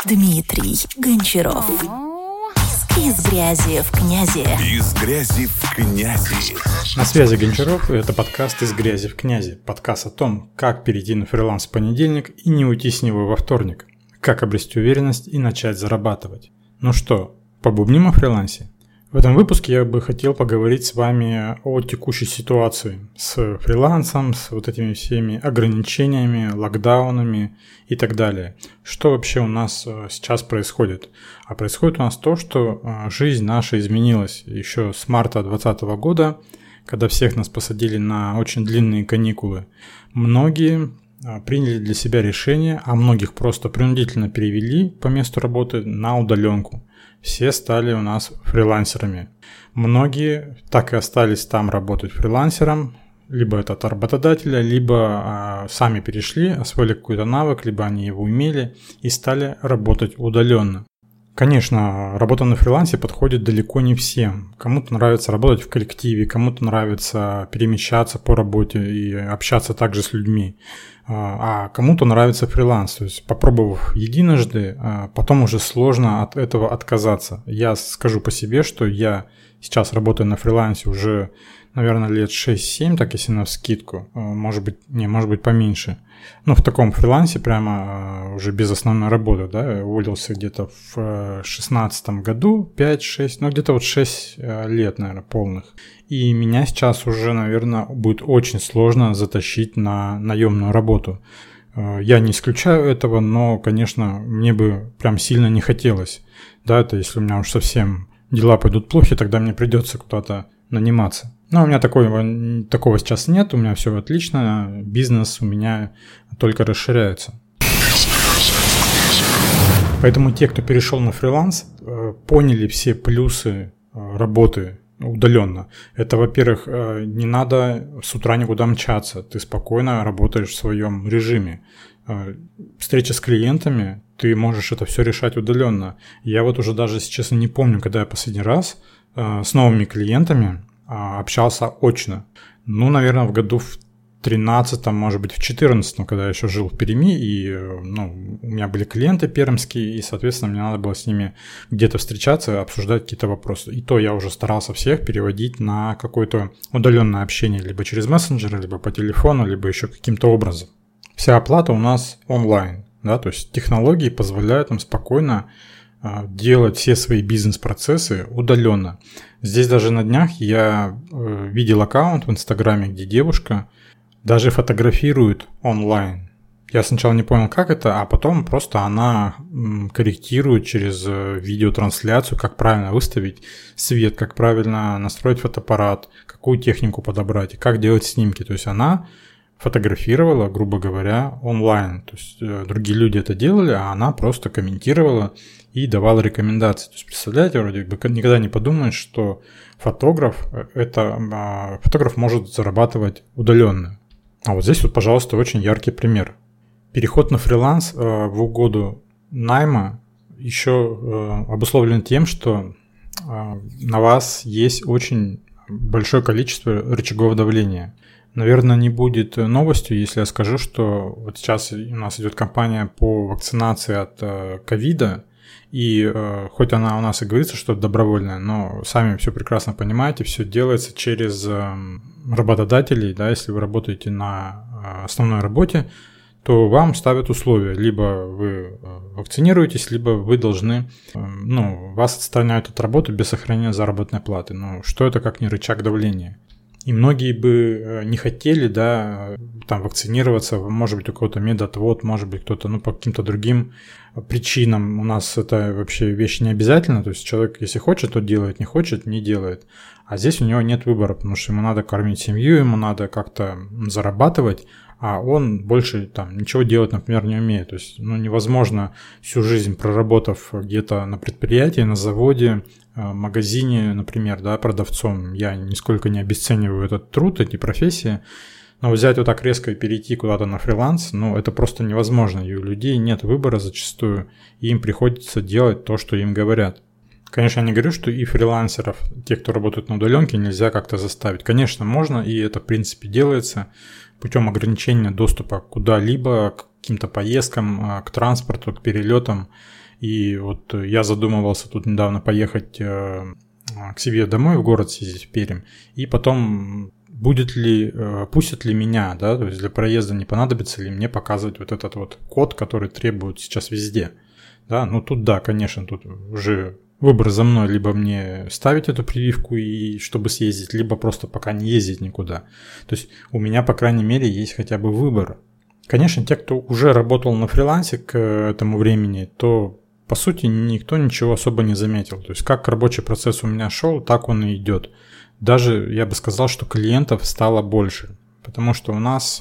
Дмитрий Гончаров. Из грязи в князи. Из грязи в князи. На связи Гончаров, и это подкаст «Из грязи в князи». Подкаст о том, как перейти на фриланс в понедельник и не уйти с него во вторник. Как обрести уверенность и начать зарабатывать. Ну что, побубним о фрилансе? В этом выпуске я бы хотел поговорить с вами о текущей ситуации с фрилансом, с вот этими всеми ограничениями, локдаунами и так далее. Что вообще у нас сейчас происходит? А происходит у нас то, что жизнь наша изменилась еще с марта 2020 года, когда всех нас посадили на очень длинные каникулы. Многие приняли для себя решение, а многих просто принудительно перевели по месту работы на удаленку. Все стали у нас фрилансерами. Многие так и остались там работать фрилансером, либо это от работодателя, либо сами перешли, освоили какой-то навык, либо они его имели и стали работать удаленно. Конечно, работа на фрилансе подходит далеко не всем. Кому-то нравится работать в коллективе, кому-то нравится перемещаться по работе и общаться также с людьми. А кому-то нравится фриланс. То есть, попробовав единожды, потом уже сложно от этого отказаться. Я скажу по себе, что я сейчас работаю на фрилансе уже, наверное, лет 6-7, так если навскидку. Может быть поменьше. Ну, в таком фрилансе прямо уже без основной работы, да, я уволился где-то в 2016 году, 5-6, где-то вот 6 лет, наверное, полных. И меня сейчас уже, наверное, будет очень сложно затащить на наемную работу. Я не исключаю этого, но, конечно, мне бы прям сильно не хотелось. Да, это если у меня уж совсем дела пойдут плохи, тогда мне придется куда-то наниматься. Но у меня такого сейчас нет, у меня все отлично, бизнес у меня только расширяется. Поэтому те, кто перешел на фриланс, поняли все плюсы работы удаленно. Это, во-первых, не надо с утра никуда мчаться, ты спокойно работаешь в своем режиме. Встреча с клиентами, ты можешь это все решать удаленно. Я вот уже даже, если честно, не помню, когда я последний раз с новыми клиентами общался очно. Наверное, в году в 13-м, может быть, в 14-м, когда я еще жил в Перми, и у меня были клиенты пермские, и, соответственно, мне надо было с ними где-то встречаться, обсуждать какие-то вопросы. И то я уже старался всех переводить на какое-то удаленное общение, либо через мессенджеры, либо по телефону, либо еще каким-то образом. Вся оплата у нас онлайн, да, то есть технологии позволяют нам спокойно делать все свои бизнес-процессы удаленно. Здесь даже на днях я видел аккаунт в Инстаграме, где девушка даже фотографирует онлайн. Я сначала не понял, как это, а потом просто она корректирует через видеотрансляцию, как правильно выставить свет, как правильно настроить фотоаппарат, какую технику подобрать, как делать снимки. То есть она фотографировала, грубо говоря, онлайн. То есть другие люди это делали, а она просто комментировала и давала рекомендации. То есть, представляете, вроде бы никогда не подумаешь, что фотограф может зарабатывать удаленно. А вот здесь вот, пожалуйста, очень яркий пример. Переход на фриланс в угоду найма еще обусловлен тем, что на вас есть очень большое количество рычагов давления. Наверное, не будет новостью, если я скажу, что вот сейчас у нас идет кампания по вакцинации от ковида, и хоть она у нас и говорится, что добровольная, но сами все прекрасно понимаете, все делается через работодателей, да, если вы работаете на основной работе, то вам ставят условия, либо вы вакцинируетесь, либо вы должны, вас отстраняют от работы без сохранения заработной платы. Что это как не рычаг давления? И многие бы не хотели, да, там вакцинироваться, может быть, у кого-то медотвод, может быть, кто-то, по каким-то другим причинам. У нас это вообще вещь не обязательно, то есть человек, если хочет, то делает, не хочет, не делает. А здесь у него нет выбора, потому что ему надо кормить семью, ему надо как-то зарабатывать, а он больше там ничего делать, например, не умеет. То есть, невозможно всю жизнь, проработав где-то на предприятии, на заводе, магазине, например, да, продавцом. Я нисколько не обесцениваю этот труд, эти профессии, но взять вот так резко и перейти куда-то на фриланс, это просто невозможно. И у людей нет выбора зачастую, и им приходится делать то, что им говорят. Конечно, я не говорю, что и фрилансеров, тех, кто работает на удаленке, нельзя как-то заставить. Конечно, можно, и это, в принципе, делается путем ограничения доступа куда-либо, к каким-то поездкам, к транспорту, к перелетам И вот я задумывался тут недавно поехать к себе домой в город съездить, в Пермь, и потом пустят ли меня, да, то есть для проезда не понадобится ли мне показывать вот этот вот код, который требуют сейчас везде, да, ну тут да, конечно, тут уже выбор за мной, либо мне ставить эту прививку, и чтобы съездить, либо просто пока не ездить никуда, то есть у меня, по крайней мере, есть хотя бы выбор. Конечно, те, кто уже работал на фрилансе к этому времени, то по сути никто ничего особо не заметил, то есть как рабочий процесс у меня шел, так он и идет. Даже я бы сказал, что клиентов стало больше, потому что у нас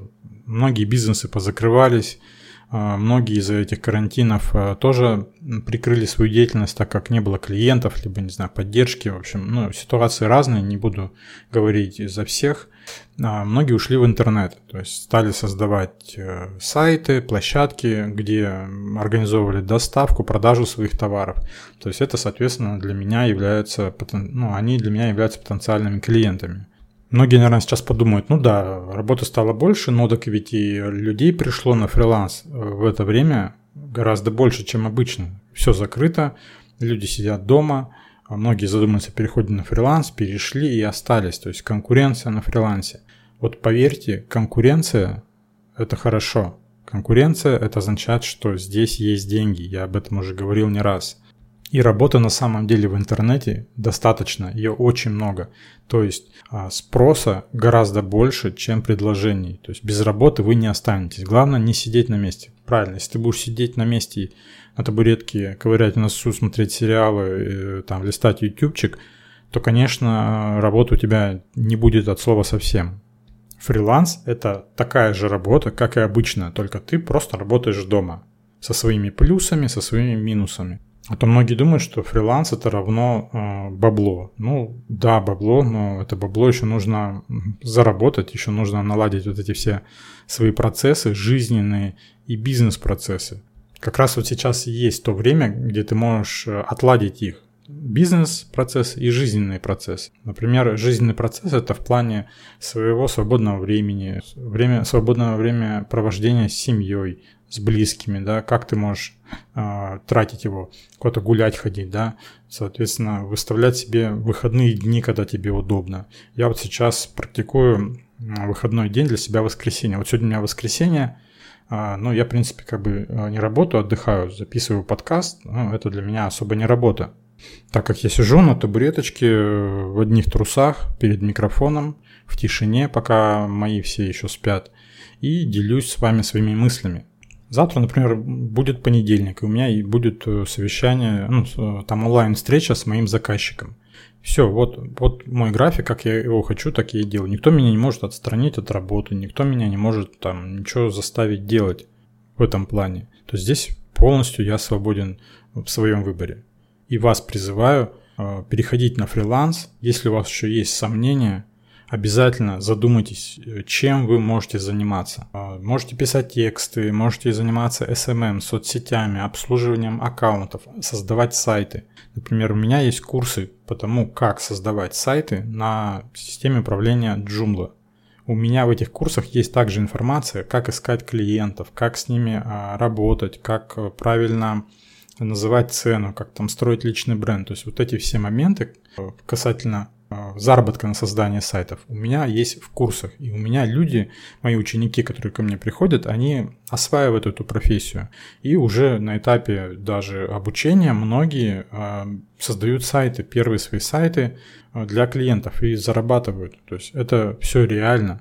многие бизнесы позакрывались, многие из этих карантинов тоже прикрыли свою деятельность, так как не было клиентов, либо, не знаю, поддержки. В общем, ситуации разные, не буду говорить за всех. Многие ушли в интернет, то есть стали создавать сайты, площадки, где организовывали доставку, продажу своих товаров. То есть это, соответственно, для меня являются, они для меня являются потенциальными клиентами. Многие, наверное, сейчас подумают, работы стало больше, но так ведь и людей пришло на фриланс в это время гораздо больше, чем обычно. Все закрыто, люди сидят дома, многие задумываются о переходе на фриланс, перешли и остались. То есть конкуренция на фрилансе. Вот поверьте, конкуренция – это хорошо. Конкуренция – это означает, что здесь есть деньги. Я об этом уже говорил не раз. И работы на самом деле в интернете достаточно, ее очень много. То есть спроса гораздо больше, чем предложений. То есть без работы вы не останетесь. Главное не сидеть на месте. Правильно, если ты будешь сидеть на месте на табуретке, ковырять носу, смотреть сериалы, листать ютубчик, то, конечно, работы у тебя не будет от слова совсем. Фриланс – это такая же работа, как и обычно, только ты просто работаешь дома. Со своими плюсами, со своими минусами. А то многие думают, что фриланс это равно бабло. Да, бабло, но это бабло еще нужно заработать, еще нужно наладить вот эти все свои процессы, жизненные и бизнес-процессы. Как раз вот сейчас и есть то время, где ты можешь отладить их. Бизнес-процесс и жизненный процесс. Например, жизненный процесс это в плане своего свободного времени, свободного времени провождения с семьей, с близкими, да, как ты можешь тратить его, куда-то гулять ходить, да, соответственно, выставлять себе выходные дни, когда тебе удобно. Я вот сейчас практикую выходной день для себя воскресенье. Вот сегодня у меня воскресенье, я, в принципе, не работаю, отдыхаю, записываю подкаст, это для меня особо не работа. Так как я сижу на табуреточке в одних трусах перед микрофоном, в тишине, пока мои все еще спят, и делюсь с вами своими мыслями. Завтра, например, будет понедельник, и у меня будет совещание, онлайн-встреча с моим заказчиком. Все, вот мой график, как я его хочу, так я и делаю. Никто меня не может отстранить от работы, никто меня не может ничего заставить делать в этом плане. То есть здесь полностью я свободен в своем выборе. И вас призываю переходить на фриланс. Если у вас еще есть сомнения, обязательно задумайтесь, чем вы можете заниматься. Можете писать тексты, можете заниматься SMM, соцсетями, обслуживанием аккаунтов, создавать сайты. Например, у меня есть курсы по тому, как создавать сайты на системе управления Joomla. У меня в этих курсах есть также информация, как искать клиентов, как с ними работать, как правильно называть цену, как строить личный бренд. То есть вот эти все моменты касательно заработка на создание сайтов у меня есть в курсах. И у меня люди, мои ученики, которые ко мне приходят, они осваивают эту профессию. И уже на этапе даже обучения многие создают сайты, первые свои сайты для клиентов и зарабатывают. То есть это все реально.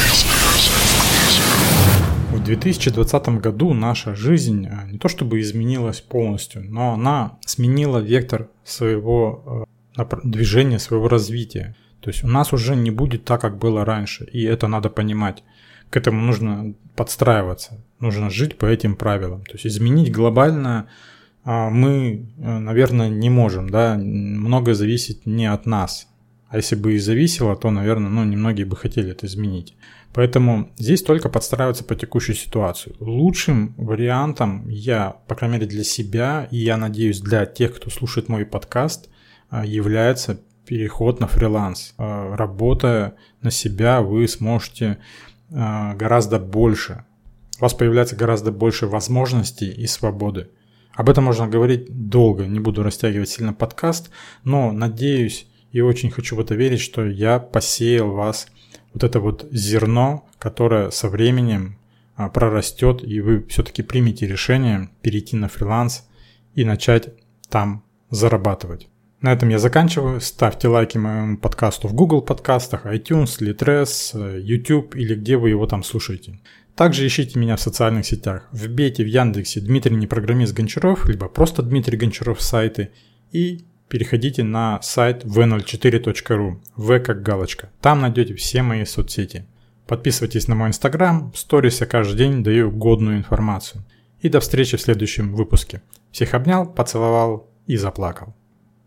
В 2020 году наша жизнь не то чтобы изменилась полностью, но она сменила вектор своего движения, своего развития. То есть у нас уже не будет так, как было раньше, и это надо понимать. К этому нужно подстраиваться, нужно жить по этим правилам. То есть изменить глобально мы, наверное, не можем, да, многое зависит не от нас. А если бы и зависело, то, наверное, немногие бы хотели это изменить. Поэтому здесь только подстраиваться по текущей ситуации. Лучшим вариантом по крайней мере для себя, и я надеюсь для тех, кто слушает мой подкаст, является переход на фриланс. Работая на себя, вы сможете гораздо больше. У вас появляется гораздо больше возможностей и свободы. Об этом можно говорить долго, не буду растягивать сильно подкаст, но надеюсь и очень хочу в это верить, что я посеял в вас вот это вот зерно, которое со временем прорастет, и вы все-таки примете решение перейти на фриланс и начать там зарабатывать. На этом я заканчиваю. Ставьте лайки моему подкасту в Google подкастах, iTunes, Litres, YouTube или где вы его там слушаете. Также ищите меня в социальных сетях. Вбейте в Яндексе Дмитрий Непрограммист Гончаров, либо просто Дмитрий Гончаров сайты и переходите на сайт v04.ru, v как галочка. Там найдете все мои соцсети. Подписывайтесь на мой инстаграм, в сторис я каждый день даю годную информацию. И до встречи в следующем выпуске. Всех обнял, поцеловал и заплакал.